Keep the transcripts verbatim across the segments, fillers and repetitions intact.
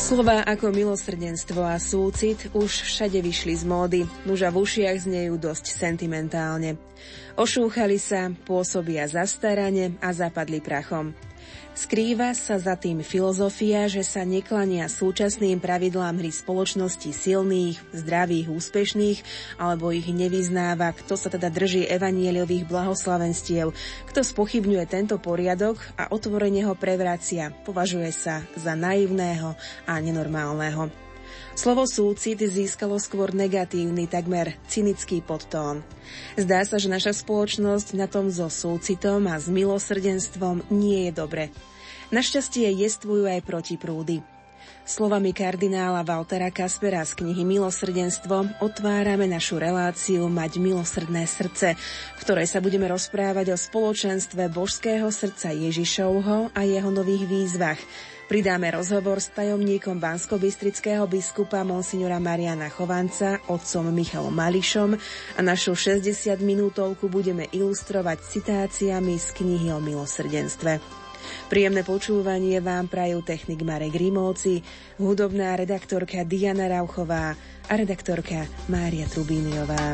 Slová ako milosrdenstvo a súcit už všade vyšli z módy, nuža v ušiach znejú dosť sentimentálne. Ošúchali sa, pôsobia zastarane a zapadli prachom. Skrýva sa za tým filozofia, že sa neklania súčasným pravidlám hry spoločnosti silných, zdravých, úspešných, alebo ich nevyznáva, kto sa teda drží evanjeliových blahoslavenstiev, kto spochybňuje tento poriadok a otvorene ho prevracia, považuje sa za naivného a nenormálneho. Slovo súcit získalo skôr negatívny, takmer cynický podtón. Zdá sa, že naša spoločnosť na tom so súcitom a s milosrdenstvom nie je dobre. Našťastie jestvujú aj protiprúdy. Slovami kardinála Waltera Kaspera z knihy Milosrdenstvo otvárame našu reláciu Mať milosrdné srdce, v ktorej sa budeme rozprávať o spoločenstve božského srdca Ježišovho a jeho nových výzvach. Pridáme rozhovor s tajomníkom banskobystrického biskupa monsignora Mariana Chovanca, otcom Michalom Mališom a našu šesťdesiatminútovku budeme ilustrovať citáciami z knihy o milosrdenstve. Príjemné počúvanie vám prajú technik Marek Rimovci, hudobná redaktorka Diana Rauchová a redaktorka Mária Trubíniová.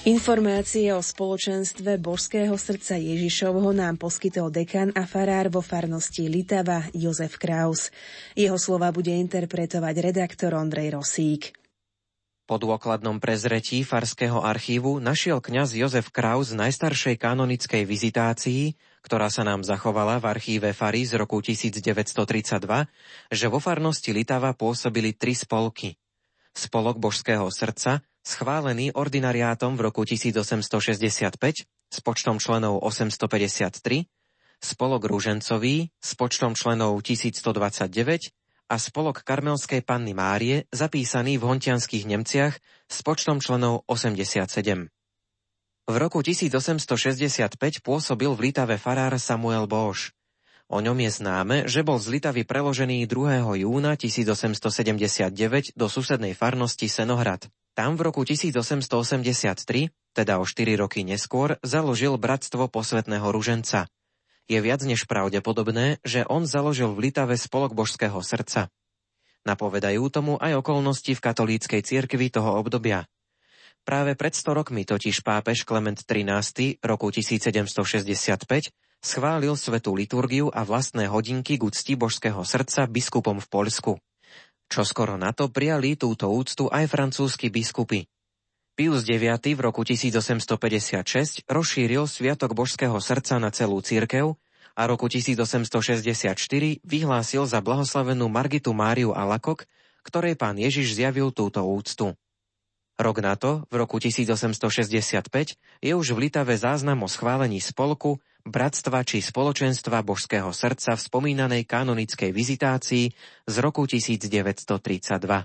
Informácie o spoločenstve Božského srdca Ježišovho nám poskytol dekan a farár vo farnosti Litava Jozef Kraus. Jeho slova bude interpretovať redaktor Ondrej Rosík. Po dôkladnom prezretí farského archívu našiel kňaz Jozef Kraus v najstaršej kanonickej vizitácii, ktorá sa nám zachovala v archíve fary z roku devätnásťstotridsaťdva, že vo farnosti Litava pôsobili tri spolky. Spolok Božského srdca, schválený ordinariátom v roku osemnásťstošesťdesiatpäť s počtom členov osemstopäťdesiattri, spolok Ružencový s počtom členov tisícstodvadsaťdeväť a spolok Karmelskej Panny Márie zapísaný v Hontianskych Nemciach s počtom členov osemdesiatsedem. V roku osemnásťstošesťdesiatpäť pôsobil v Litave farár Samuel Bóš. O ňom je známe, že bol z Litavy preložený druhého júna osemnásťstosedemdesiatdeväť do susednej farnosti Senohrad. Tam v roku osemnásťstoosemdesiattri, teda o štyri roky neskôr, založil Bratstvo posvätného ruženca. Je viac než pravdepodobné, že on založil v Litave spolok Božského srdca. Napovedajú tomu aj okolnosti v katolíckej cirkvi toho obdobia. Práve pred sto rokmi totiž pápež Klement trinásty roku tisícsedemstošesťdesiatpäť schválil svätú liturgiu a vlastné hodinky k úcti Božského srdca biskupom v Poľsku. Čoskoro na to prijali túto úctu aj francúzski biskupy. Pius deviaty v roku osemnásťstopäťdesiatšesť rozšíril Sviatok Božského srdca na celú cirkev a roku osemnásťstošesťdesiatštyri vyhlásil za blahoslavenú Margitu Máriu Alakok, ktorej Pán Ježiš zjavil túto úctu. Rok na to, v roku osemnásťstošesťdesiatpäť, je už v Litave záznam o schválení spolku, bratstva či spoločenstva Božského srdca v spomínanej kanonickej vizitácii z roku devätnásťstotridsaťdva.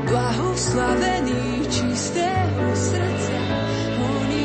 Blahoslavený čistého srdca, oni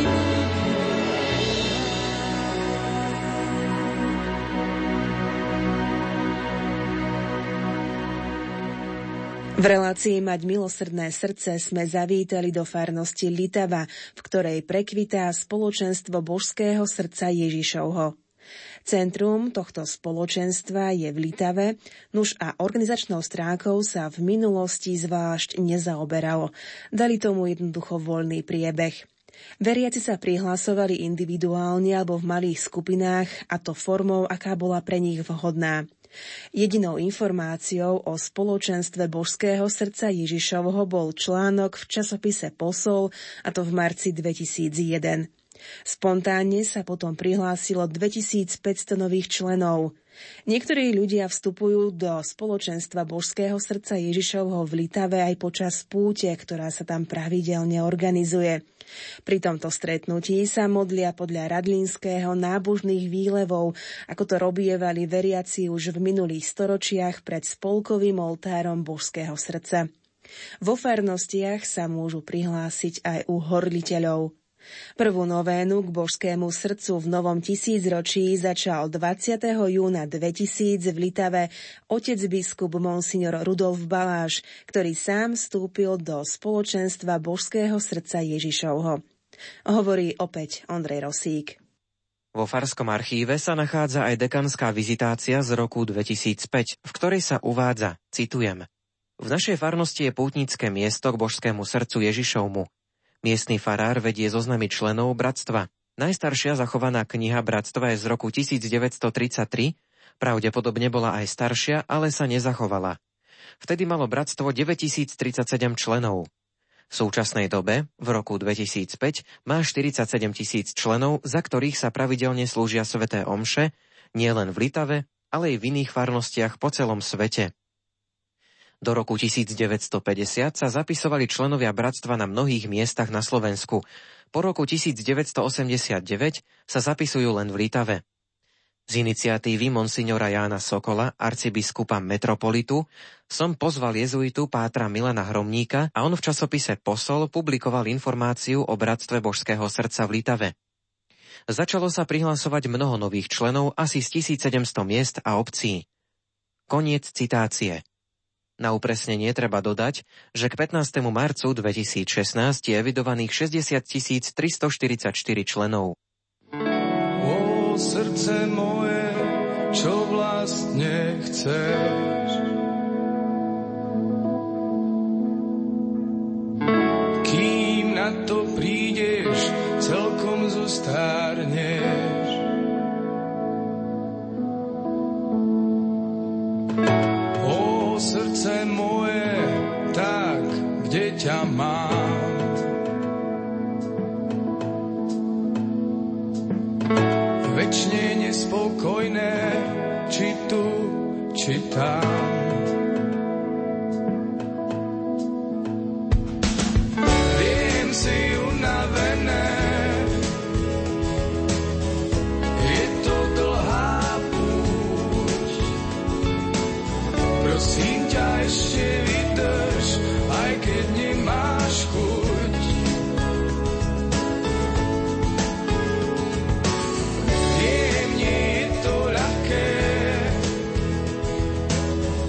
V relácii Mať milosrdné srdce sme zavítali do farnosti Litava, v ktorej prekvitá spoločenstvo božského srdca Ježišovho. Centrum tohto spoločenstva je v Litave, nuž a organizačnou stránkou sa v minulosti zvlášť nezaoberalo. Dali tomu jednoducho voľný priebeh. Veriaci sa prihlasovali individuálne alebo v malých skupinách, a to formou, aká bola pre nich vhodná. Jedinou informáciou o spoločenstve božského srdca Ježišovho bol článok v časopise Posol, a to v marci dvetisícjeden. Spontánne sa potom prihlásilo dvetisícpäťsto nových členov. Niektorí ľudia vstupujú do spoločenstva božského srdca Ježišovho v Litave aj počas púte, ktorá sa tam pravidelne organizuje. Pri tomto stretnutí sa modlia podľa radlínskeho nábožných výlevov, ako to robievali veriaci už v minulých storočiach pred spolkovým oltárom božského srdca. Vo farnostiach sa môžu prihlásiť aj u horliteľov. Prvú novénu k božskému srdcu v novom tisícročí začal dvadsiateho júna dvetisíc v Litave otec biskup monsignor Rudolf Baláš, ktorý sám vstúpil do spoločenstva božského srdca Ježišovho. Hovorí opäť Ondrej Rosík. Vo Farskom archíve sa nachádza aj dekanská vizitácia z roku dvetisícpäť, v ktorej sa uvádza, citujem: V našej farnosti je pútnické miesto k božskému srdcu Ježišovmu. Miestny farár vedie zoznamy členov bratstva. Najstaršia zachovaná kniha bratstva je z roku devätnásťtridsaťtri, pravdepodobne bola aj staršia, ale sa nezachovala. Vtedy malo bratstvo deväťtisíctridsaťsedem členov. V súčasnej dobe, v roku dvetisícpäť, má štyridsaťsedem tisíc členov, za ktorých sa pravidelne slúžia sväté omše, nielen v Litave, ale aj v iných farnostiach po celom svete. Do roku devätnásťstopäťdesiat sa zapisovali členovia bratstva na mnohých miestach na Slovensku. Po roku devätnásťstoosemdesiatdeväť sa zapisujú len v Litave. Z iniciatívy monsignora Jána Sokola, arcibiskupa metropolitu, som pozval jezuitu pátra Milana Hromníka a on v časopise Posol publikoval informáciu o bratstve božského srdca v Litave. Začalo sa prihlasovať mnoho nových členov, asi z tisícsedemsto miest a obcí. Koniec citácie. Na upresnenie treba dodať, že k pätnástemu marcu dvetisícšestnásť je evidovaných šesťdesiat tisíc tristoštyridsaťštyri členov. O srdce moje, čo vlastne chceš? Kým na to prídeš, celkom zostarneš. Srdce moje, tak, kde ťa mám? Večne nespokojné, či tu, či tam. Viem, si unavené, je to dlhá púť. Prosím ťa, ešte vydrž, aj keď nemáš chuť. Viem, nie je to ľahké,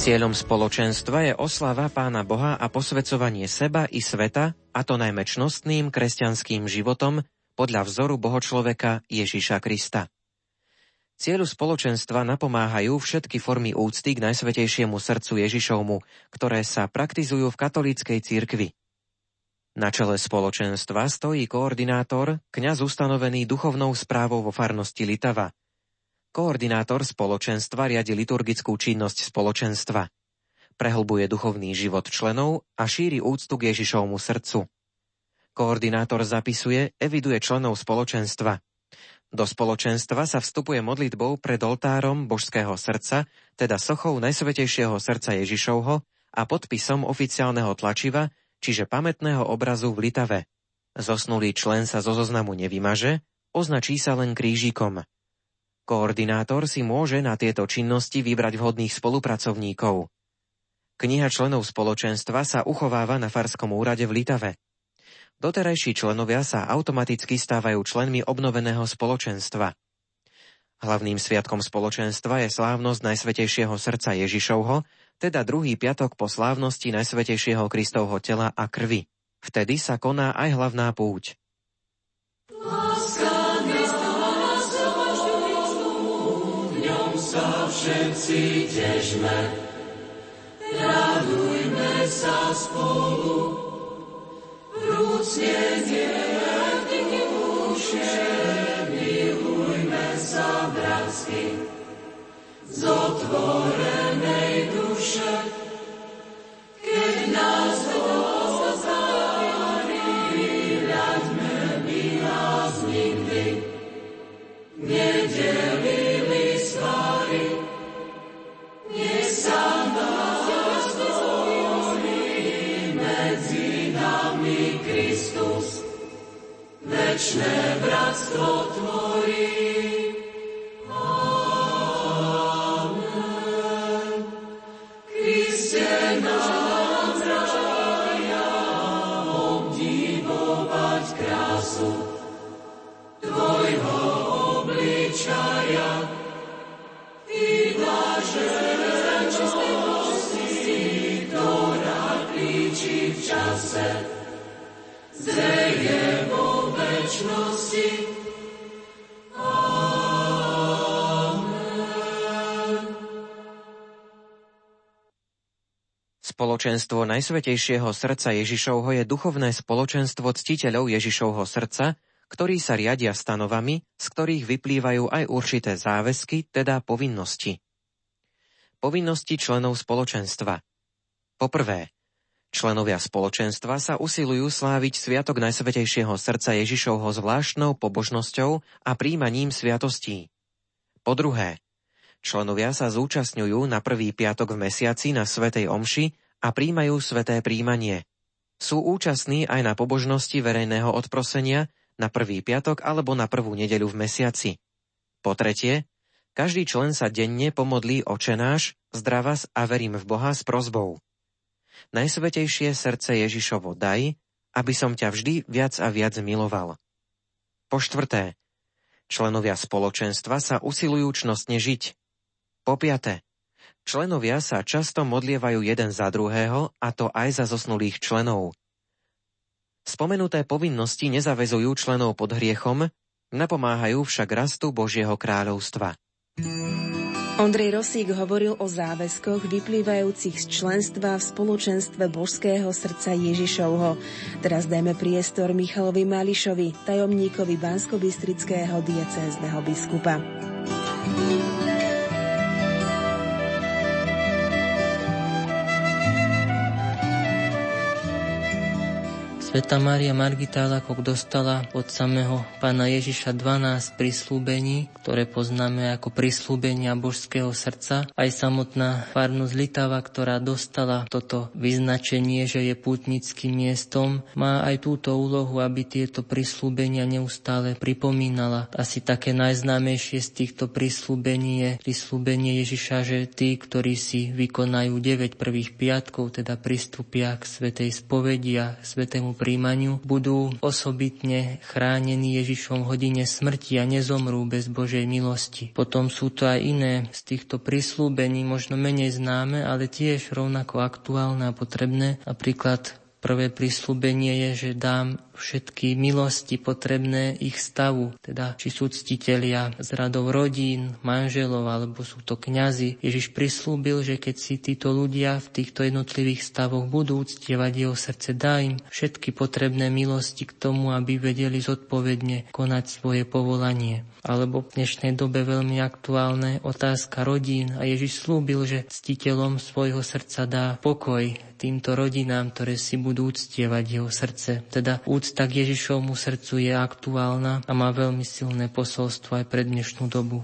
Cieľom spoločenstva je oslava Pána Boha a posväcovanie seba i sveta, a to najmä čnostným kresťanským životom podľa vzoru bohočloveka Ježiša Krista. Cieľu spoločenstva napomáhajú všetky formy úcty k Najsvätejšiemu srdcu Ježišovmu, ktoré sa praktizujú v katolíckej cirkvi. Na čele spoločenstva stojí koordinátor, kňaz ustanovený duchovnou správou vo farnosti Litava. Koordinátor spoločenstva riadi liturgickú činnosť spoločenstva. Prehlbuje duchovný život členov a šíri úctu k Ježišovmu srdcu. Koordinátor zapisuje, eviduje členov spoločenstva. Do spoločenstva sa vstupuje modlitbou pred oltárom Božského srdca, teda sochou Najsvätejšieho srdca Ježišovho a podpisom oficiálneho tlačiva, čiže pamätného obrazu v Litave. Zosnulý člen sa zo zoznamu nevymaže, označí sa len krížikom. Koordinátor si môže na tieto činnosti vybrať vhodných spolupracovníkov. Kniha členov spoločenstva sa uchováva na farskom úrade v Litave. Doterajší členovia sa automaticky stávajú členmi obnoveného spoločenstva. Hlavným sviatkom spoločenstva je slávnosť Najsvätejšieho srdca Ježišovho, teda druhý piatok po slávnosti Najsvätejšieho Kristovho tela a krvi. Vtedy sa koná aj hlavná púť. Všetci težme, radujme sa spolu, vrúcne nie duše, milujme sa bratsky, z otvorenej duše, keď nás dozári, hľaďme by nás nikdy nedelili svary. Nech sa nás zvolí medzi nami Kristus, večné bratstvo tvorí. Amen. Kriste nám raja obdivovať krásu tvojho obličaja, i blaženosti, ktorá klíči v čase, zreje vo večnosti. Amen. Spoločenstvo Najsvätejšieho srdca Ježišovho je duchovné spoločenstvo ctiteľov Ježišovho srdca, ktorí sa riadia stanovami, z ktorých vyplývajú aj určité záväzky, teda povinnosti. Povinnosti členov spoločenstva. Poprvé, členovia spoločenstva sa usilujú sláviť sviatok Najsvätejšieho srdca Ježišovho zvláštnou pobožnosťou a príjmaním sviatostí. Po druhé, členovia sa zúčastňujú na prvý piatok v mesiaci na svätej omši a príjmajú sväté príjmanie. Sú účastní aj na pobožnosti verejného odprosenia, na prvý piatok alebo na prvú nedeľu v mesiaci. Po tretie, každý člen sa denne pomodlí Očenáš, zdravas a verím v Boha s prosbou. Najsvätejšie srdce Ježišovo daj, aby som ťa vždy viac a viac miloval. Po štvrté, členovia spoločenstva sa usilujú čnostne žiť. Po piate, členovia sa často modlievajú jeden za druhého, a to aj za zosnulých členov. Spomenuté povinnosti nezaväzujú členov pod hriechom, napomáhajú však rastu Božieho kráľovstva. Ondrej Rosík hovoril o záväzkoch vyplývajúcich z členstva v spoločenstve Božského srdca Ježišovho. Teraz dajme priestor Michalovi Mališovi, tajomníkovi banskobystrického diecézneho biskupa. Svätá Mária Margitála dostala od samého Pána Ježiša dvanásť prisľúbení, ktoré poznáme ako prisľúbenia Božského srdca. Aj samotná farnosť Litava, ktorá dostala toto vyznačenie, že je pútnickým miestom, má aj túto úlohu, aby tieto prisľúbenia neustále pripomínala. Asi také najznámejšie z týchto prisľúbení je prisľúbenie Ježiša, že tí, ktorí si vykonajú deväť prvých piatkov, teda pristúpia k svätej spovedi a svätému príjmaniu, budú osobitne chránení Ježišom v hodine smrti a nezomrú bez Božej milosti. Potom sú to aj iné z týchto prisľúbení, možno menej známe, ale tiež rovnako aktuálne a potrebné. Napríklad prvé prisľúbenie je, že dám všetky milosti potrebné ich stavu, teda či sú ctitelia z radov rodín, manželov, alebo sú to kňazi. Ježiš prislúbil, že keď si títo ľudia v týchto jednotlivých stavoch budú uctievať jeho srdce, dá im všetky potrebné milosti k tomu, aby vedeli zodpovedne konať svoje povolanie. Alebo v dnešnej dobe veľmi aktuálne otázka rodín a Ježiš slúbil, že ctiteľom svojho srdca dá pokoj týmto rodinám, ktoré si budú uctievať jeho srdce. Teda úcta k Ježišovmu srdcu je aktuálna a má veľmi silné posolstvo aj pre dnešnú dobu.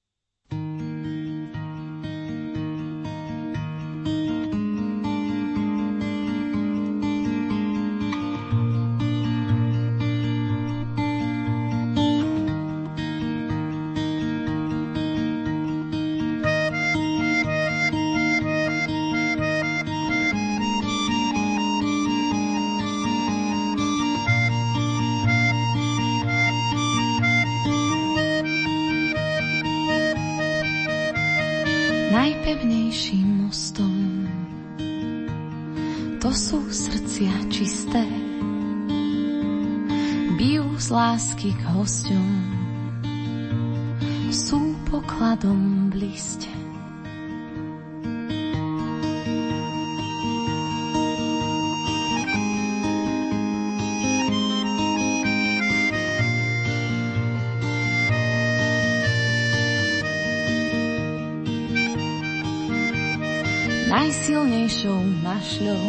Najpevnejším mostom to sú srdcia čisté, bijú z lásky k hosťom, sú pokladom v liste. Najsilnejšou mašľou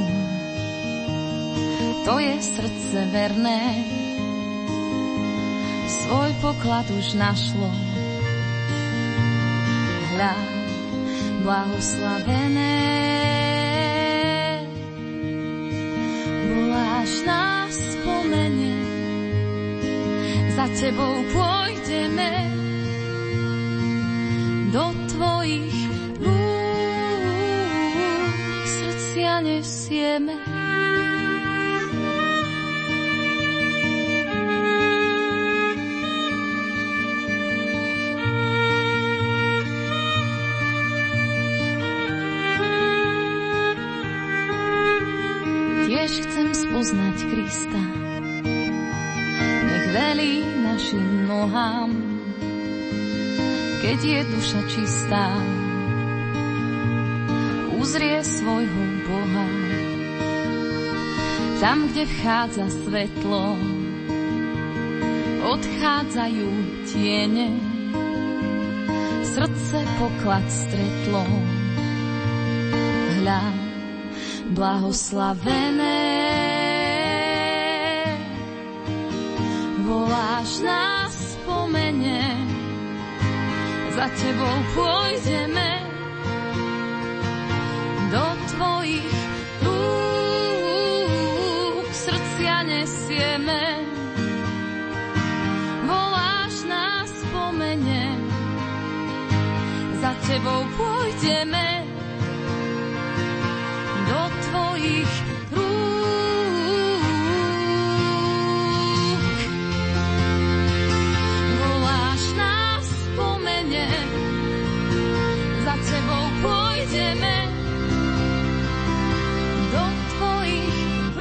to je srdce verné, svoj poklad už našlo. Hľa, blahoslavené, voláš nás spomene, za tebou pôjdeme do tvojich nesieme. Tiež chcem spoznať Krista, nech velí našim nohám, keď je duša čistá, uzrie svojho Boha. Tam, kde vchádza svetlo, odchádzajú tiene, srdce poklad stretlo. Hľa, blahoslavené, voláš nás spomene, za tebou pôjdeme do tvojich rúk, srdcia nesieme. Voláš nás spomene, za tebou pôjdeme do tvojich rúk. Voláš nás spomene, za tebou pôjdeme do tvojich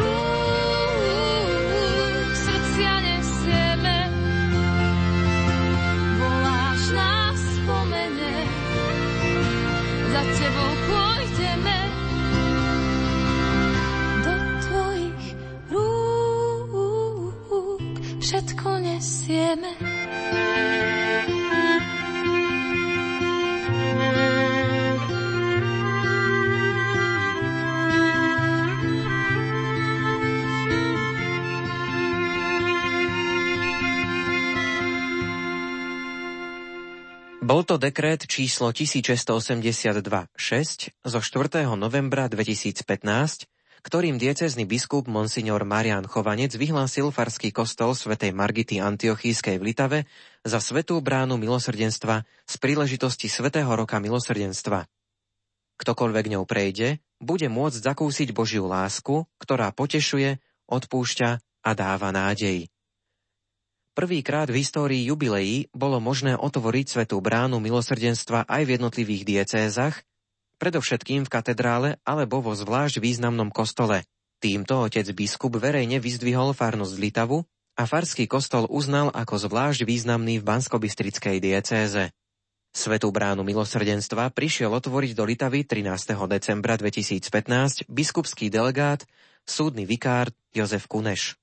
rúk, srdcia nesieme. Voláš nás spomene, za tebou pôjdeme do tvojich rúk, všetko nesieme. Bol to dekret číslo tisícšesťstoosemdesiatdva šesť zo štvrtého novembra dvetisícpätnásť, ktorým diecézny biskup monsignor Marián Chovanec vyhlásil farský kostol svätej Margity Antiochískej v Litave za svätú bránu milosrdenstva z príležitosti svätého roka milosrdenstva. Ktokoľvek ňou prejde, bude môcť zakúsiť Božiu lásku, ktorá potešuje, odpúšťa a dáva nádej. Prvýkrát v histórii jubileí bolo možné otvoriť svätú bránu milosrdenstva aj v jednotlivých diecézach, predovšetkým v katedrále alebo vo zvlášť významnom kostole. Týmto otec biskup verejne vyzdvihol farnosť Litavu a farský kostol uznal ako zvlášť významný v banskobystrickej diecéze. Svätú bránu milosrdenstva prišiel otvoriť do Litavy trinásteho decembra dvetisícpätnásť biskupský delegát, súdny vikár Jozef Kuneš.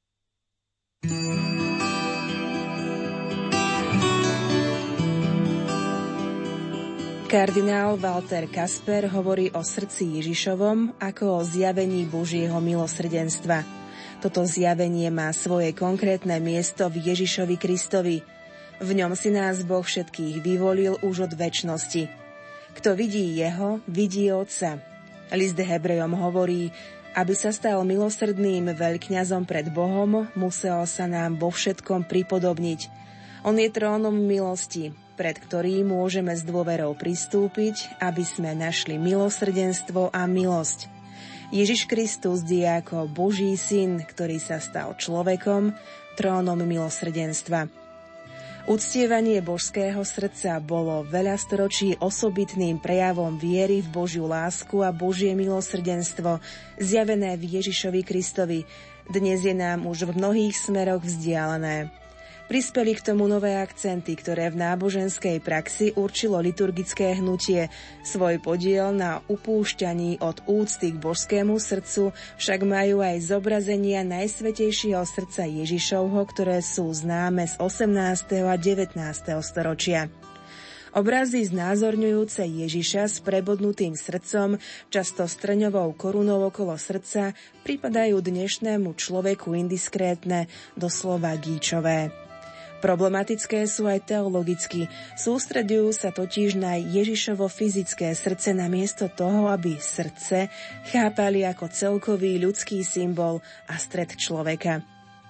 Kardinál Walter Kasper hovorí o srdci Ježišovom ako o zjavení Božieho milosrdenstva. Toto zjavenie má svoje konkrétne miesto v Ježišovi Kristovi. V ňom si nás Boh všetkých vyvolil už od večnosti. Kto vidí jeho, vidí Otca. List Hebrejom hovorí, aby sa stal milosrdným veľkňazom pred Bohom, musel sa nám vo všetkom pripodobniť. On je trónom milosti, pred ktorým môžeme s dôverou pristúpiť, aby sme našli milosrdenstvo a milosť. Ježiš Kristus je ako Boží syn, ktorý sa stal človekom, trónom milosrdenstva. Uctievanie božského srdca bolo veľa storočí osobitným prejavom viery v Božiu lásku a Božie milosrdenstvo, zjavené v Ježišovi Kristovi. Dnes je nám už v mnohých smeroch vzdialené. Prispeli k tomu nové akcenty, ktoré v náboženskej praxi určilo liturgické hnutie. Svoj podiel na upúšťaní od úcty k božskému srdcu však majú aj zobrazenia najsvätejšieho srdca Ježišovho, ktoré sú známe z osemnásteho a devätnásteho storočia. Obrazy znázorňujúce Ježiša s prebodnutým srdcom, často strňovou korunou okolo srdca, pripadajú dnešnému človeku indiskrétne, doslova gíčové. Problematické sú aj teologicky. Sústreďujú sa totiž na Ježišovo fyzické srdce namiesto toho, aby srdce chápali ako celkový ľudský symbol a stred človeka.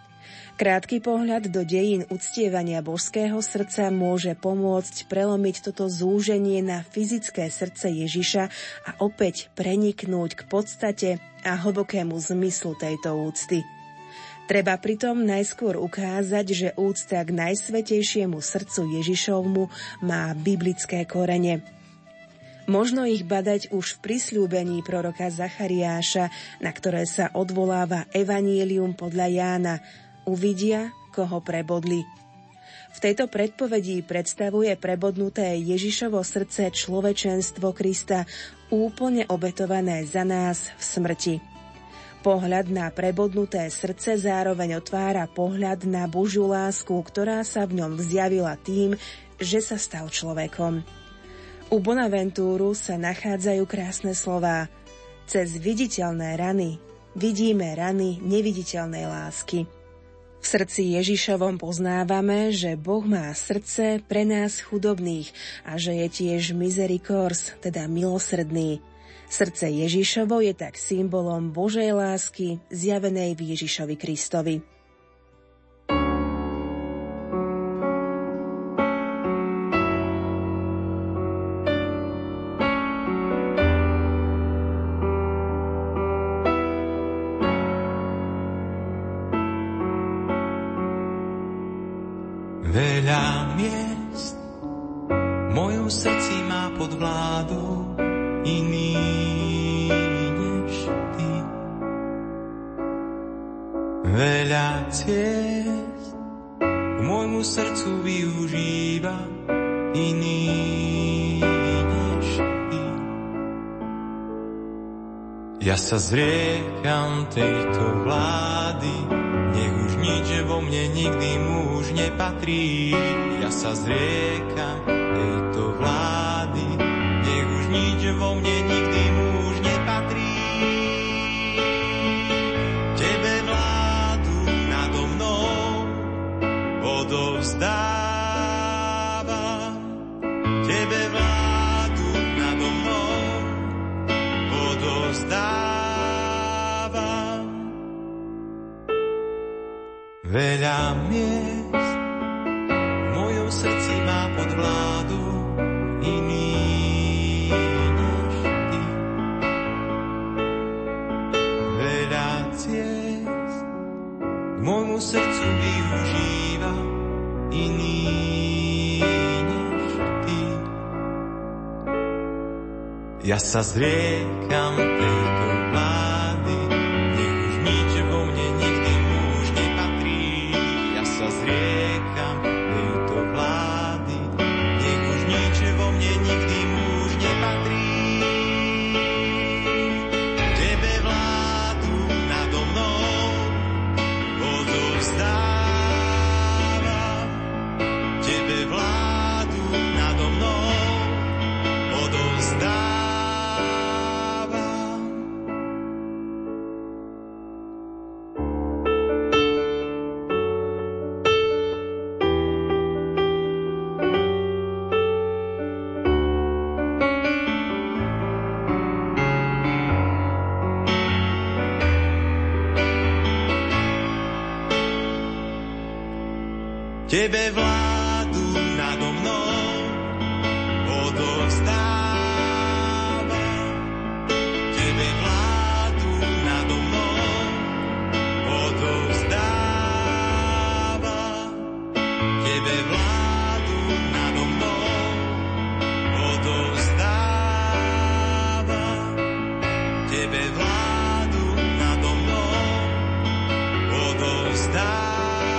Krátky pohľad do dejín uctievania božského srdca môže pomôcť prelomiť toto zúženie na fyzické srdce Ježiša a opäť preniknúť k podstate a hlbokému zmyslu tejto úcty. Treba pritom najskôr ukázať, že úcta k najsvätejšiemu srdcu Ježišovmu má biblické korene. Možno ich badať už v prisľúbení proroka Zachariáša, na ktoré sa odvoláva Evanílium podľa Jána. Uvidia, koho prebodli. V tejto predpovedí predstavuje prebodnuté Ježišovo srdce človečenstvo Krista, úplne obetované za nás v smrti. Pohľad na prebodnuté srdce zároveň otvára pohľad na Božiu lásku, ktorá sa v ňom zjavila tým, že sa stal človekom. U Bonaventúru sa nachádzajú krásne slová. Cez viditeľné rany vidíme rany neviditeľnej lásky. V srdci Ježišovom poznávame, že Boh má srdce pre nás chudobných a že je tiež misericors, teda milosrdný. Srdce Ježišovo je tak symbolom Božej lásky, zjavenej v Ježišovi Kristovi. Veľa miest v mojom srdci má pod vládou iný než ty. Veľa ciest k môjmu srdcu využíva iný než ty. Ja sa zriekam tejto vlády, nech už nič vo mne nikdy mu už nepatrí. Ja sa zriekam tejto vlády, nech už nič vo mne nikdy mu už nepatrí. Tebe vládu nado mnou odovzdávam. Tebe vládu nado mnou odovzdávam. Veľa miest v mojom srdci má pod vládu iný než ty. Veľa ciest môjmu srdcu využíva iný než ty. Ja sa zriekam tejto vlády, nech už nič vo mne nikdy už nepatrí. Ja sa zriekam tejto vlády, nech už nič vo mne nikdy už nepatrí. Tebe vládu nado mnou odovzdávam, tebe vládu nado mnou odovzdávam. Tebe vládu nado mnou odovzdávam, tebe vládu nado mnou odovzdávam, tebe vládu nado mnou odovzdávam, tebe vládu nado mnou odovzdávam.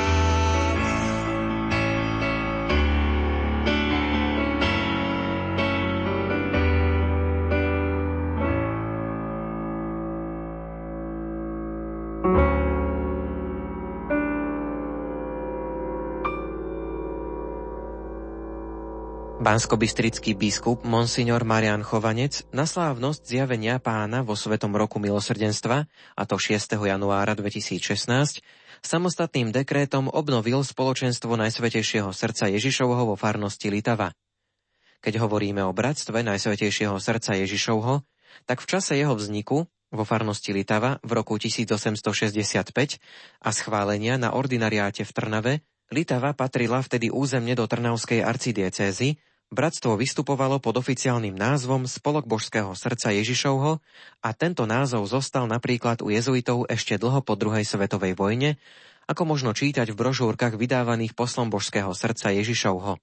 Banskobystrický biskup monsignor Marián Chovanec na slávnosť zjavenia Pána vo Svetom roku milosrdenstva, a to šiesteho januára dvetisícšestnásť, samostatným dekrétom obnovil spoločenstvo Najsvätejšieho srdca Ježišovho vo farnosti Litava. Keď hovoríme o bratstve Najsvätejšieho srdca Ježišovho, tak v čase jeho vzniku vo farnosti Litava v roku tisícosemstošesťdesiatpäť a schválenia na ordinariáte v Trnave, Litava patrila vtedy územne do Trnavskej arcidiecézy. Bratstvo vystupovalo pod oficiálnym názvom Spolok Božského srdca Ježišovho a tento názov zostal napríklad u jezuitov ešte dlho po druhej svetovej vojne, ako možno čítať v brožúrkach vydávaných poslom Božského srdca Ježišovho.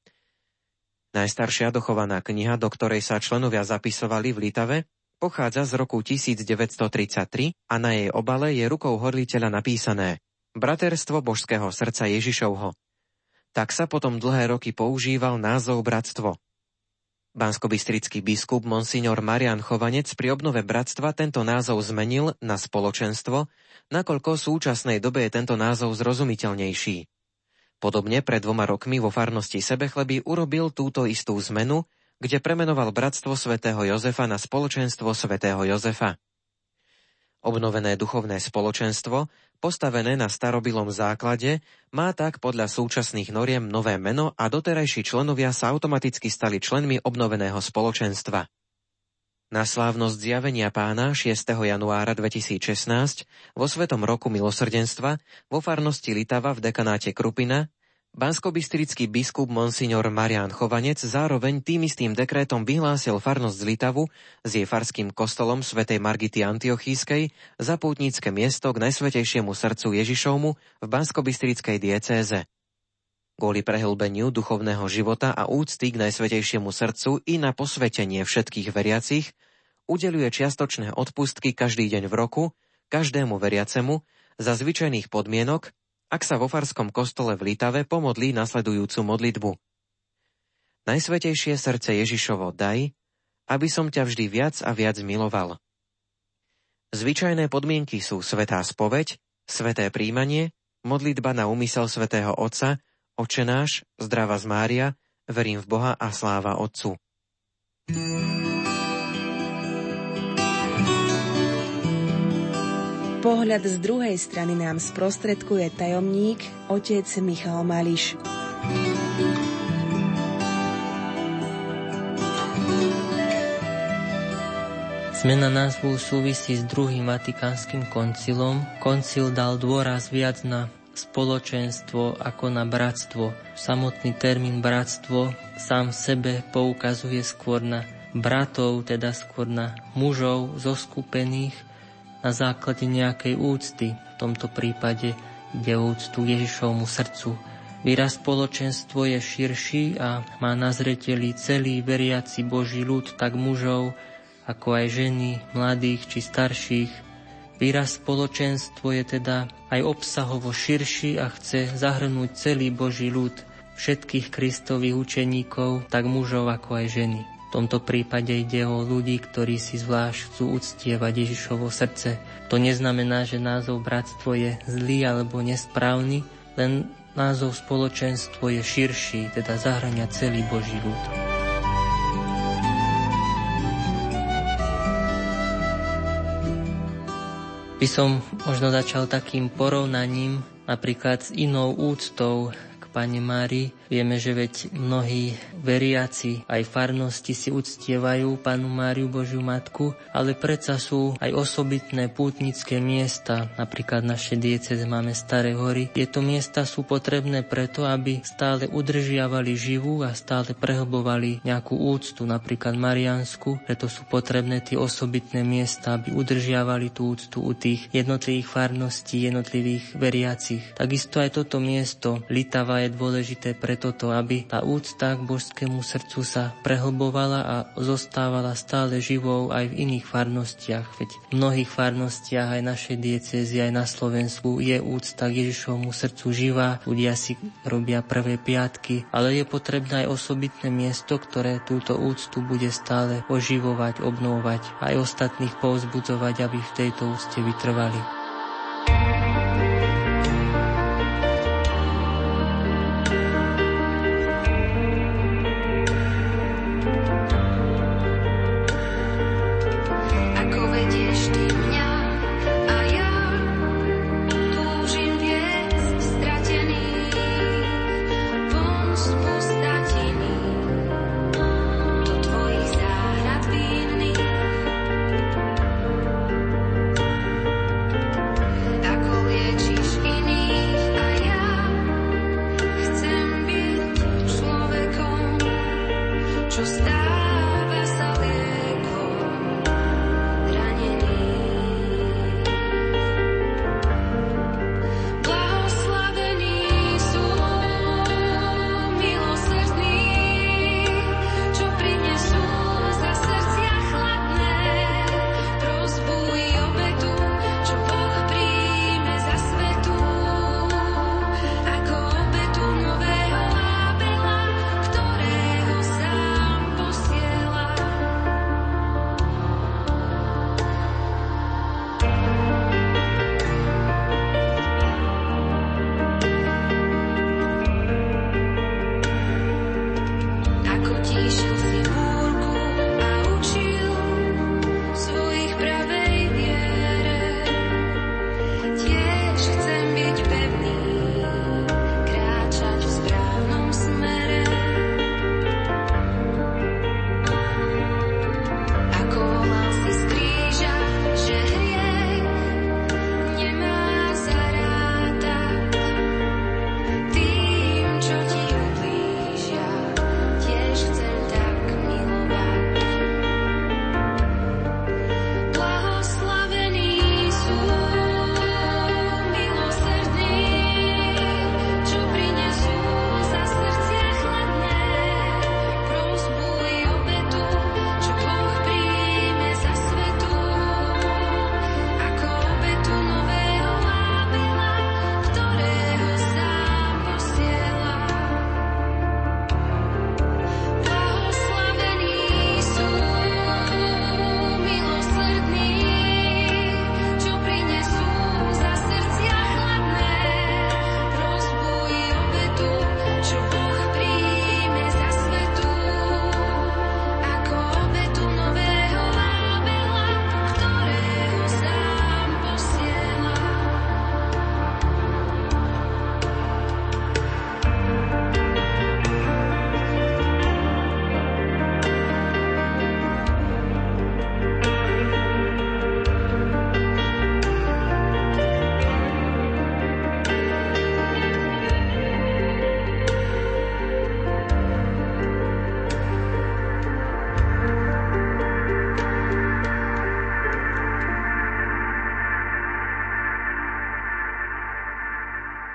Najstaršia dochovaná kniha, do ktorej sa členovia zapisovali v Litave, pochádza z roku tisícdeväťstotridsaťtri a na jej obale je rukou horliteľa napísané Braterstvo Božského srdca Ježišovho. Tak sa potom dlhé roky používal názov bratstvo. Banskobystrický biskup monsignor Marián Chovanec pri obnove bratstva tento názov zmenil na spoločenstvo, nakoľko v súčasnej dobe je tento názov zrozumiteľnejší. Podobne pred dvoma rokmi vo farnosti Sebechleby urobil túto istú zmenu, kde premenoval bratstvo svätého Jozefa na spoločenstvo svätého Jozefa. Obnovené duchovné spoločenstvo, postavené na starobilom základe, má tak podľa súčasných noriem nové meno a doterajší členovia sa automaticky stali členmi obnoveného spoločenstva. Na slávnosť zjavenia Pána šiesteho januára dvetisícšestnásť vo Svetom roku milosrdenstva vo farnosti Litava v dekanáte Krupina banskobystrický biskup monsignor Marián Chovanec zároveň tým istým dekrétom vyhlásil farnosť z Litavu s jej farským kostolom svätej Margity Antiochískej za pútnické miesto k Najsvätejšiemu srdcu Ježišovmu v banskobystrickej diecéze. Kvôli prehlbeniu duchovného života a úcty k Najsvätejšiemu srdcu i na posvetenie všetkých veriacich udeľuje čiastočné odpustky každý deň v roku každému veriacemu za zvyčajných podmienok, ak sa vo farskom kostole v Litave pomodlí nasledujúcu modlitbu. Najsvätejšie srdce Ježišovo daj, aby som ťa vždy viac a viac miloval. Zvyčajné podmienky sú svätá spoveď, sväté príjmanie, modlitba na úmysel svätého Otca, Otče náš, zdravá z Mária, verím v Boha a sláva Otcu. Pohľad z druhej strany nám sprostredkuje tajomník otec Michal Mališ. Zmena názvu súvisí s druhým vatikánskym koncilom. Koncil dal dôraz viac na spoločenstvo ako na bratstvo. Samotný termín bratstvo sám v sebe poukazuje skôr na bratov, teda skôr na mužov zoskupených na základe nejakej úcty, v tomto prípade ide o úctu k Ježišovmu srdcu. Výraz spoločenstvo je širší a má na zreteli celý veriaci Boží ľud, tak mužov, ako aj ženy, mladých či starších. Výraz spoločenstvo je teda aj obsahovo širší a chce zahrnúť celý Boží ľud, všetkých Kristových učeníkov, tak mužov ako aj ženy. V tomto prípade ide o ľudí, ktorí si zvlášť chcú uctievať Ježišovo srdce. To neznamená, že názov bratstvo je zlý alebo nesprávny, len názov spoločenstvo je širší, teda zahŕňa celý Boží ľud. By som možno začal takým porovnaním, napríklad s inou úctou k Panne Márii. Vieme, že veď mnohí veriaci aj farnosti si uctievajú Pannu Máriu Božiu Matku, ale predsa sú aj osobitné pútnické miesta. Napríklad v našej diecéze máme Staré hory. Tieto miesta sú potrebné preto, aby stále udržiavali živú a stále prehlbovali nejakú úctu, napríklad mariánsku. Preto sú potrebné tie osobitné miesta, aby udržiavali tú úctu u tých jednotlivých farností, jednotlivých veriacich. Takisto aj toto miesto Litava je dôležité pre toto, aby tá úcta k božskému srdcu sa prehlbovala a zostávala stále živou aj v iných farnostiach. Veď v mnohých farnostiach aj našej diecézy, aj na Slovensku je úcta k Ježišovmu srdcu živá. Ľudia si robia prvé piatky, ale je potrebné aj osobitné miesto, ktoré túto úctu bude stále oživovať, obnovovať a aj ostatných povzbudzovať, aby v tejto úcte vytrvali.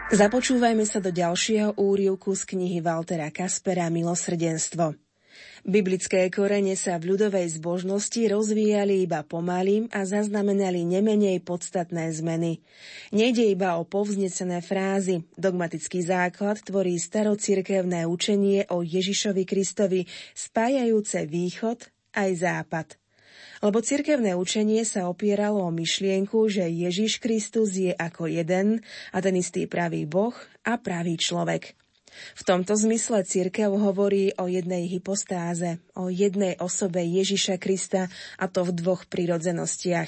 Započúvajme sa do ďalšieho úryvku z knihy Waltera Kaspera Milosrdenstvo. Biblické korene sa v ľudovej zbožnosti rozvíjali iba pomaly a zaznamenali nemenej podstatné zmeny. Nejde iba o povznesené frázy. Dogmatický základ tvorí starocirkevné učenie o Ježišovi Kristovi, spájajúce východ aj západ. Lebo cirkevné učenie sa opieralo o myšlienku, že Ježiš Kristus je ako jeden a ten istý pravý Boh a pravý človek. V tomto zmysle cirkev hovorí o jednej hypostáze, o jednej osobe Ježiša Krista, a to v dvoch prirodzenostiach.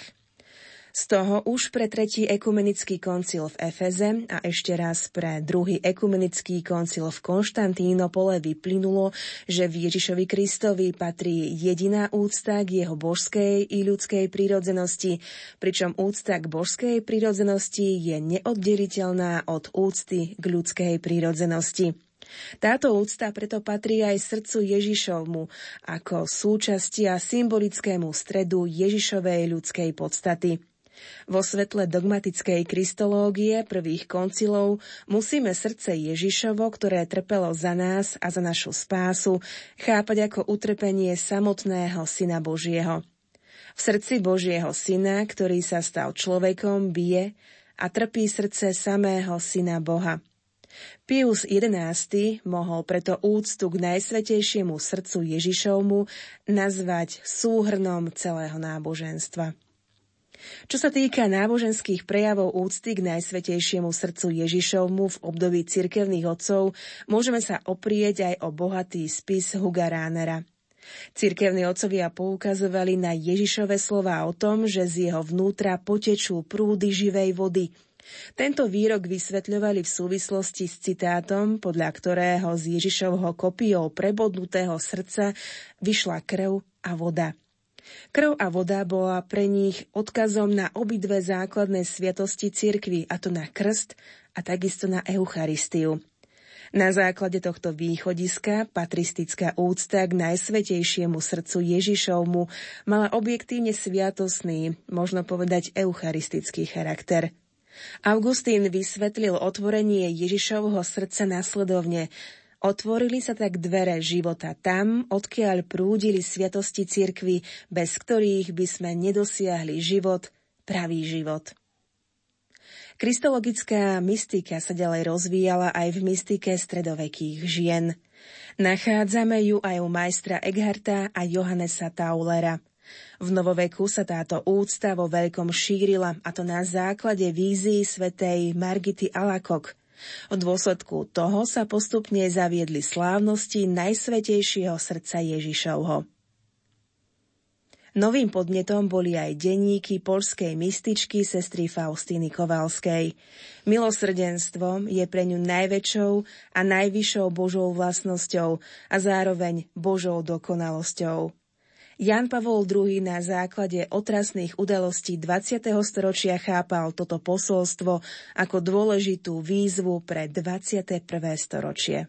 Z toho už pre tretí ekumenický koncil v Efeze a ešte raz pre druhý ekumenický koncil v Konštantínopole vyplynulo, že v Ježišovi Kristovi patrí jediná úcta k jeho božskej i ľudskej prírodzenosti, pričom úcta k božskej prírodzenosti je neoddeliteľná od úcty k ľudskej prírodzenosti. Táto úcta preto patrí aj srdcu Ježišovmu ako súčasti a symbolickému stredu Ježišovej ľudskej podstaty. Vo svetle dogmatickej kristológie prvých koncilov musíme srdce Ježišovo, ktoré trpelo za nás a za našu spásu, chápať ako utrpenie samotného Syna Božieho. V srdci Božieho Syna, ktorý sa stal človekom, bije a trpí srdce samého Syna Boha. Pius jedenásty mohol preto úctu k najsvätejšiemu srdcu Ježišovmu nazvať súhrnom celého náboženstva. Čo sa týka náboženských prejavov úcty k najsvätejšiemu srdcu Ježišovmu v období cirkevných otcov, môžeme sa oprieť aj o bohatý spis Huga Ránera. Cirkevní otcovia poukazovali na Ježišove slová o tom, že z jeho vnútra potečú prúdy živej vody. Tento výrok vysvetľovali v súvislosti s citátom, podľa ktorého z Ježišovho kopijou prebodnutého srdca vyšla krv a voda. Krv a voda bola pre nich odkazom na obidve základné sviatosti cirkvi, a to na krst a takisto na Eucharistiu. Na základe tohto východiska patristická úcta k najsvätejšiemu srdcu Ježišovmu mala objektívne sviatostný, možno povedať eucharistický charakter. Augustín vysvetlil otvorenie Ježišovho srdca nasledovne. Otvorili sa tak dvere života tam, odkiaľ prúdili sviatosti cirkvi, bez ktorých by sme nedosiahli život, pravý život. Kristologická mystika sa ďalej rozvíjala aj v mystike stredovekých žien. Nachádzame ju aj u majstra Eckharta a Johannesa Taulera. V novoveku sa táto úcta vo veľkom šírila, a to na základe vízií svätej Margity Alacoque. V dôsledku toho sa postupne zaviedli slávnosti najsvätejšieho srdca Ježišovho. Novým podnetom boli aj denníky poľskej mystičky sestry Faustíny Kovalskej. Milosrdenstvo je pre ňu najväčšou a najvyššou Božou vlastnosťou a zároveň Božou dokonalosťou. Ján Pavol druhý na základe otrasných udalostí dvadsiateho storočia chápal toto posolstvo ako dôležitú výzvu pre dvadsiate prvé storočie.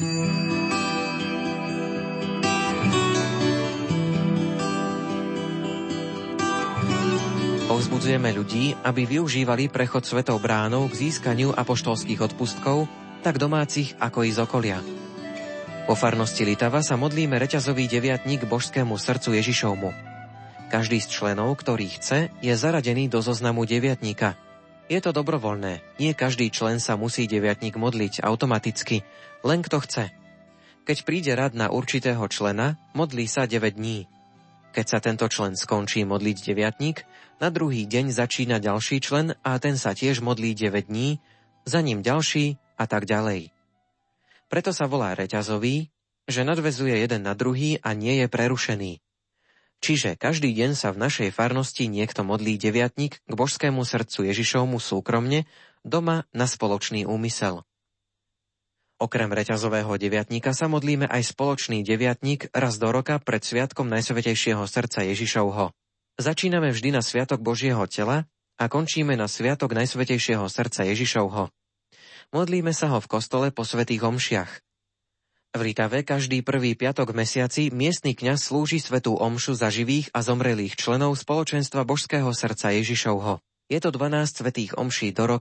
Povzbudzujeme ľudí, aby využívali prechod Svetou bránou k získaniu apoštolských odpustkov, tak domácich ako i z okolia. Po farnosti Litava sa modlíme reťazový deviatnik božskému srdcu Ježišovmu. Každý z členov, ktorý chce, je zaradený do zoznamu deviatníka. Je to dobrovoľné, nie každý člen sa musí deviatnik modliť automaticky, len kto chce. Keď príde rad na určitého člena, modlí sa deväť dní. Keď sa tento člen skončí modliť deviatnik, na druhý deň začína ďalší člen a ten sa tiež modlí deväť dní, za ním ďalší a tak ďalej. Preto sa volá reťazový, že nadväzuje jeden na druhý a nie je prerušený. Čiže každý deň sa v našej farnosti niekto modlí deviatnik k božskému srdcu Ježišovmu súkromne, doma na spoločný úmysel. Okrem reťazového deviatníka sa modlíme aj spoločný deviatník raz do roka pred sviatkom Najsvätejšieho srdca Ježišovho. Začíname vždy na sviatok Božieho tela a končíme na sviatok Najsvätejšieho srdca Ježišovho. Modlíme sa ho v kostole po svätých omšiach. V Litave každý prvý piatok v mesiaci miestny kňaz slúži svätú omšu za živých a zomrelých členov spoločenstva Božského srdca Ježišovho. Je to dvanásť svätých omší do roka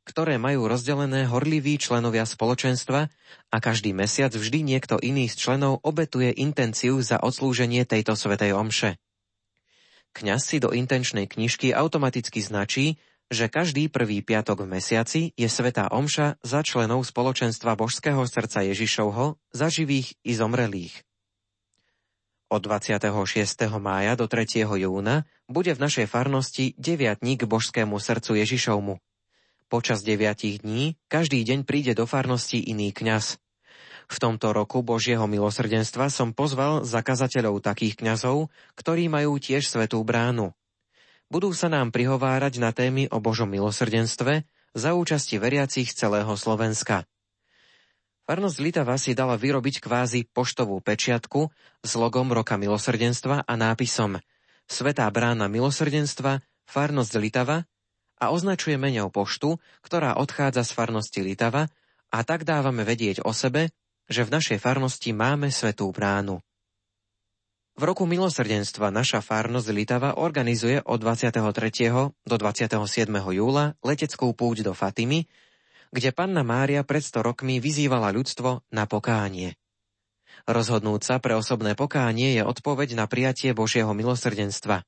ktoré majú rozdelené horliví členovia spoločenstva a každý mesiac vždy niekto iný z členov obetuje intenciu za odslúženie tejto svätej omše. Kňaz si do intenčnej knižky automaticky značí, že každý prvý piatok v mesiaci je svätá omša za členov spoločenstva Božského srdca Ježišovho, za živých i zomrelých. Od dvadsiateho šiesteho mája do tretieho júna bude v našej farnosti deviatník k Božskému srdcu Ježišovmu. Počas deviatich dní každý deň príde do farnosti iný kňaz. V tomto roku Božieho milosrdenstva som pozval zakazateľov takých kňazov, ktorí majú tiež svätú bránu. Budú sa nám prihovárať na témy o Božom milosrdenstve za účasti veriacich z celého Slovenska. Farnosť Litava si dala vyrobiť kvázi poštovú pečiatku s logom Roka milosrdenstva a nápisom Svätá brána milosrdenstva, farnosť Litava a označuje meňou poštu, ktorá odchádza z farnosti Litava, a tak dávame vedieť o sebe, že v našej farnosti máme svätú bránu. V roku milosrdenstva naša farnosť Litava organizuje od dvadsiateho tretieho do dvadsiateho siedmeho júla leteckú púť do Fatimy, kde Panna Mária pred sto rokmi vyzývala ľudstvo na pokánie. Rozhodnúť sa pre osobné pokánie je odpoveď na prijatie Božieho milosrdenstva.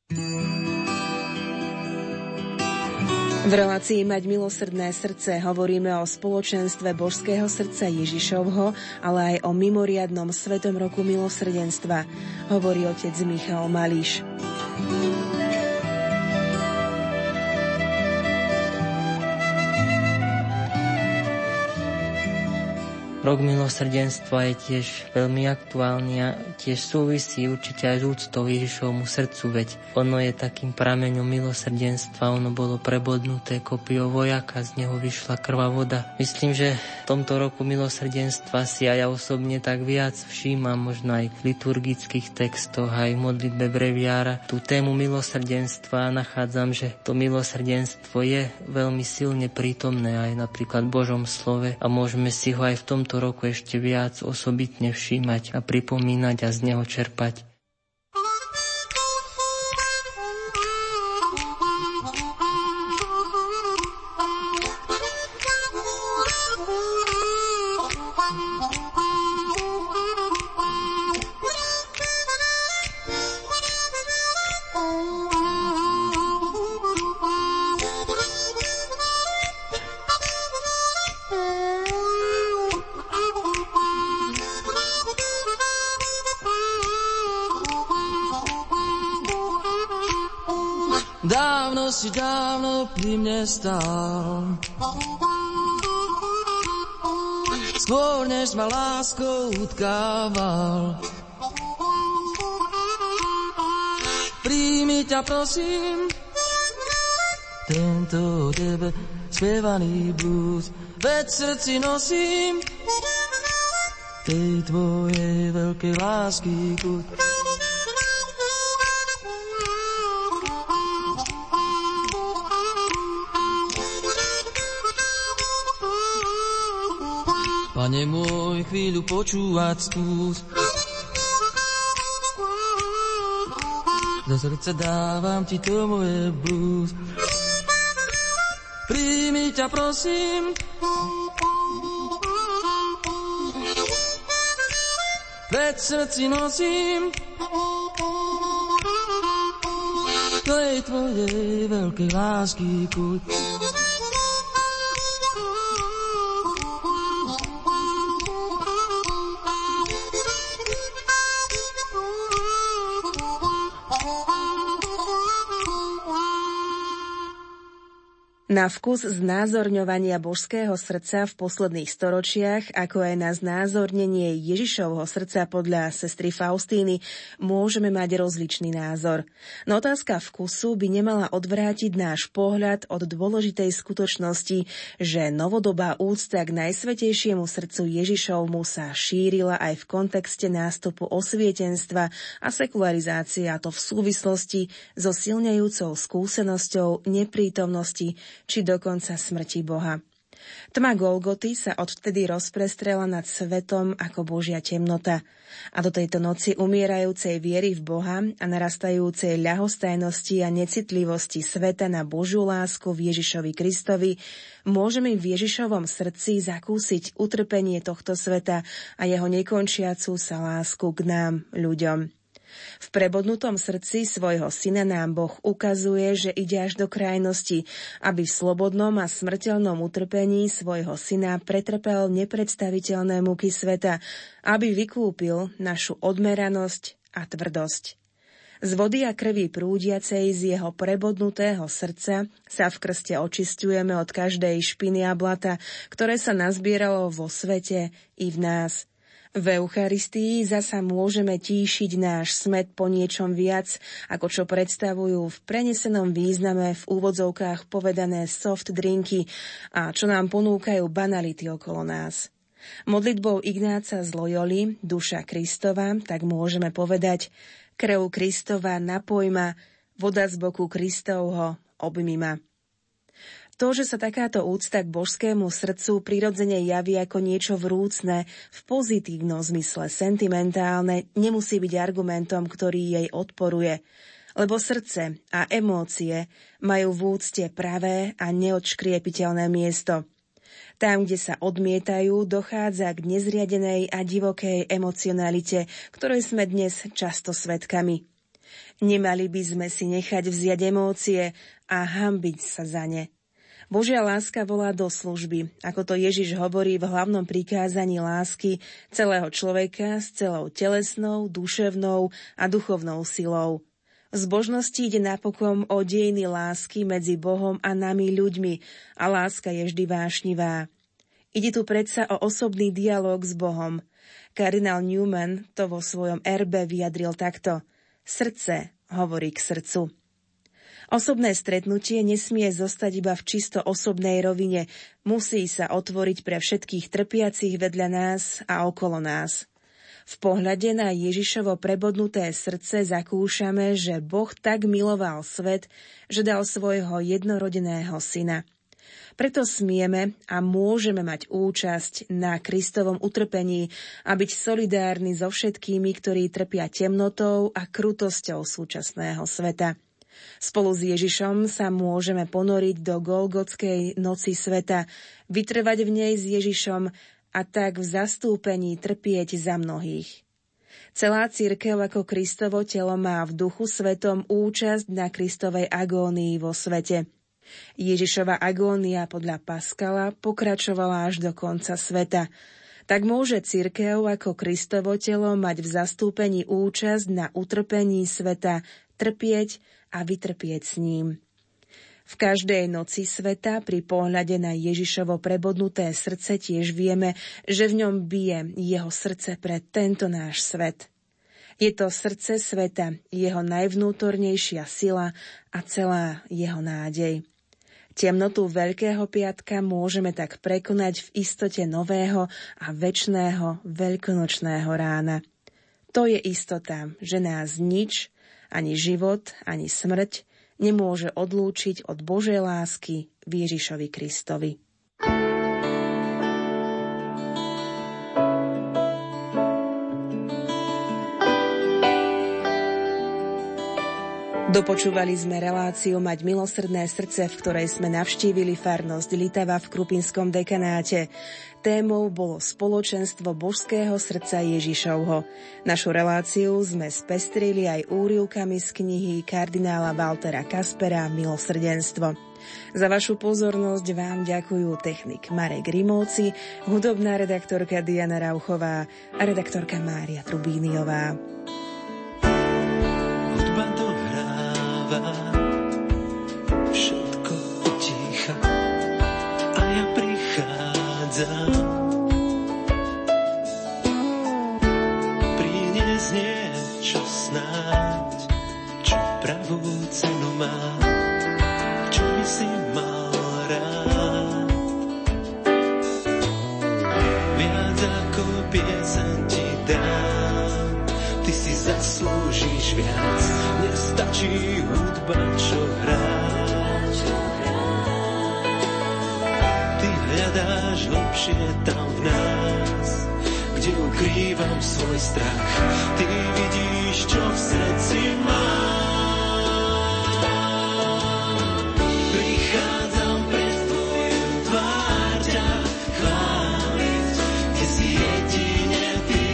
V relácii Mať milosrdné srdce hovoríme o spoločenstve Božského srdca Ježišovho, ale aj o mimoriadnom Svetom roku milosrdenstva, hovorí otec Michal Mališ. Rok milosrdenstva je tiež veľmi aktuálny a tiež súvisí určite aj s úctou Ježišovmu srdcu, veď ono je takým prameňom milosrdenstva, ono bolo prebodnuté kopiou vojaka, z neho vyšla krvá voda. Myslím, že v tomto roku milosrdenstva si aj ja osobne tak viac všímam, možno aj v liturgických textoch, aj v modlitbe breviára, tú tému milosrdenstva a nachádzam, že to milosrdenstvo je veľmi silne prítomné aj napríklad v Božom slove a môžeme si ho aj v tomto roku ešte viac osobitne všímať a pripomínať a z neho čerpať. Dávno si dávno pri mne stál, skôr než ma láskou utkával. Príjmi ťa prosím, tento tebe spievaný blues, veď v srdci nosím tej tvojej veľkej lásky kút. Pane môj, chvíľu počúvať skús. Do srdca dávam ti to moje blues. Príjmi ťa prosím, veď v srdci nosím tej tvojej veľkej lásky kút. Na vkus znázorňovania Božského srdca v posledných storočiach, ako aj na znázornenie Ježišovho srdca podľa sestry Faustíny, môžeme mať rozličný názor. No otázka vkusu by nemala odvrátiť náš pohľad od dôležitej skutočnosti, že novodobá úcta k najsvätejšiemu srdcu Ježišovmu sa šírila aj v kontexte nástupu osvietenstva a sekularizácie, a to v súvislosti so silnejúcou skúsenosťou neprítomnosti či dokonca smrti Boha. Tma Golgoty sa odvtedy rozprestrela nad svetom ako Božia temnota. A do tejto noci umierajúcej viery v Boha a narastajúcej ľahostajnosti a necitlivosti sveta na Božiu lásku v Ježišovi Kristovi môžeme v Ježišovom srdci zakúsiť utrpenie tohto sveta a jeho nekončiacu sa lásku k nám, ľuďom. V prebodnutom srdci svojho syna nám Boh ukazuje, že ide až do krajnosti, aby v slobodnom a smrteľnom utrpení svojho syna pretrpel nepredstaviteľné múky sveta, aby vykúpil našu odmeranosť a tvrdosť. Z vody a krvi prúdiacej z jeho prebodnutého srdca sa v krste očisťujeme od každej špiny a blata, ktoré sa nazbieralo vo svete i v nás. V Eucharistii zasa môžeme tíšiť náš smäd po niečom viac, ako čo predstavujú v prenesenom význame v úvodzovkách povedané soft drinky a čo nám ponúkajú banality okolo nás. Modlitbou Ignáca z Loyoli, Duša Kristova, tak môžeme povedať: Krv Kristova napoj ma, voda z boku Kristovho objmi ma. To, že sa takáto úcta k božskému srdcu prirodzene javí ako niečo vrúcne, v pozitívnom zmysle sentimentálne, nemusí byť argumentom, ktorý jej odporuje, lebo srdce a emócie majú v úcte pravé a neodškriepiteľné miesto. Tam, kde sa odmietajú, dochádza k nezriadenej a divokej emocionalite, ktorej sme dnes často svedkami. Nemali by sme si nechať vziať emócie a hanbiť sa za ne. Božia láska volá do služby, ako to Ježiš hovorí v hlavnom prikázaní lásky celého človeka s celou telesnou, duševnou a duchovnou silou. V zbožnosti ide napokon o dejiny lásky medzi Bohom a nami ľuďmi a láska je vždy vášnivá. Ide tu predsa o osobný dialóg s Bohom. Kardinál Newman to vo svojom erbe vyjadril takto: Srdce hovorí k srdcu. Osobné stretnutie nesmie zostať iba v čisto osobnej rovine, musí sa otvoriť pre všetkých trpiacich vedľa nás a okolo nás. V pohľade na Ježišovo prebodnuté srdce zakúšame, že Boh tak miloval svet, že dal svojho jednorodeného syna. Preto smieme a môžeme mať účasť na Kristovom utrpení a byť solidárni so všetkými, ktorí trpia temnotou a krutosťou súčasného sveta. Spolu s Ježišom sa môžeme ponoriť do Golgotskej noci sveta, vytrvať v nej s Ježišom a tak v zastúpení trpieť za mnohých. Celá cirkev ako Kristovo telo má v Duchu Svetom účasť na Kristovej agónii vo svete. Ježišova agónia podľa Paskala pokračovala až do konca sveta. Tak môže cirkev ako Kristovo telo mať v zastúpení účasť na utrpení sveta, trpieť a vytrpieť s ním. V každej noci sveta pri pohľade na Ježišovo prebodnuté srdce tiež vieme, že v ňom bije jeho srdce pre tento náš svet. Je to srdce sveta, jeho najvnútornejšia sila a celá jeho nádej. Temnotu Veľkého piatka môžeme tak prekonať v istote nového a večného veľkonočného rána. To je istota, že nás nič, ani život, ani smrť nemôže odlúčiť od Božej lásky v Ježišovi Kristovi. Dopočúvali sme reláciu Mať milosrdné srdce, v ktorej sme navštívili farnosť Litava v Krupinskom dekanáte. Témou bolo spoločenstvo božského srdca Ježišovho. Našu reláciu sme spestrili aj úryvkami z knihy kardinála Waltera Kaspera Milosrdenstvo. Za vašu pozornosť vám ďakujú technik Marek Grimovci, hudobná redaktorka Diana Rauchová a redaktorka Mária Trubíniová. Všetko utícha a ja prichádzam. Priniesť niečo snáď, čo pravú cenu má, čo by si mal rád. Viac ako pieseň ti dám, ty si zaslúžiš viac. Nestačí hudba, čo hrá. Ty hľadáš hľadáš hlbšie tam v nás, kde ukrývam svoj strach. Ty vidíš, čo v srdci mám. Prichádzam pred tvoju tvár ťa chváliť, kde si jedine ty,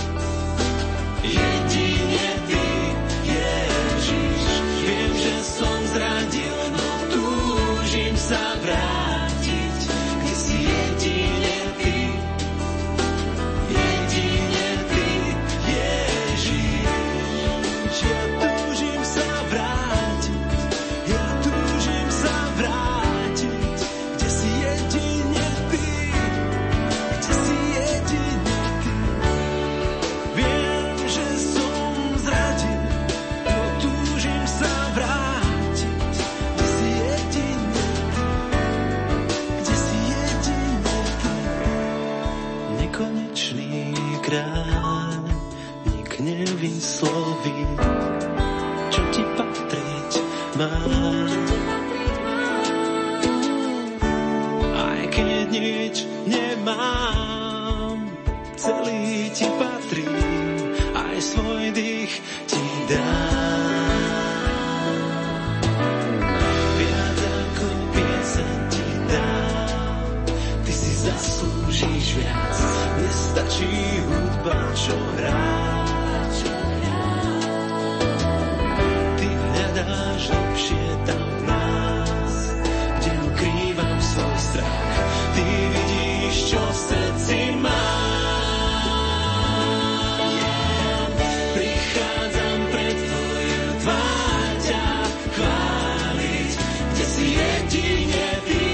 jedine ty, Ježiš. Viem, že som zradil, no túžim sa vrátiť, kde si jedine ty, jedine ty, Ježiš. Ja túžim sa vrátiť, ja túžim sa vrátiť, kde si jedine ty, kde si jedine ty. Viem, že som zradil, no túžim sa vrátiť, kde si jedine ty, kde si jedine ty. Nekonečný kráľ, nik nevysloví, čo ti patriť má. Aj keď nič nemám, celý ti patrí, aj svoj dých ti dám. Viac ako pieseň ti dám, ty si zaslúžiš viac, nestačí hudba, čo hrá. Ty hľadáš hlbšie tam v nás, kde ukrývam svoj strach. Ty vidíš, čo v srdci mám. Prichádzam pred tvoju tvár ťa chváliť, kde si jedine ty,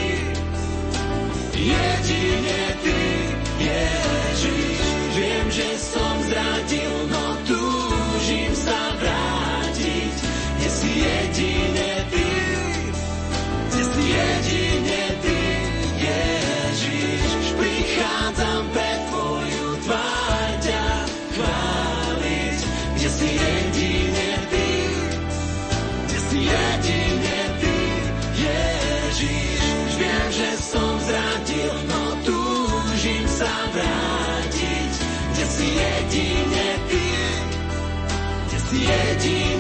jedine ty, Ježiš. Viem, že som zradil, no túžim sa vrátiť, kde si jedine ty, kde si jedine ty, Ježiš. Prichádzam pred tvoju tvár ťa chváliť, kde si jedine ty, kde si jedine ty, Ježiš. Viem, že som zradil, no túžim sa vrátiť, kde si jedine ty, kde si jedine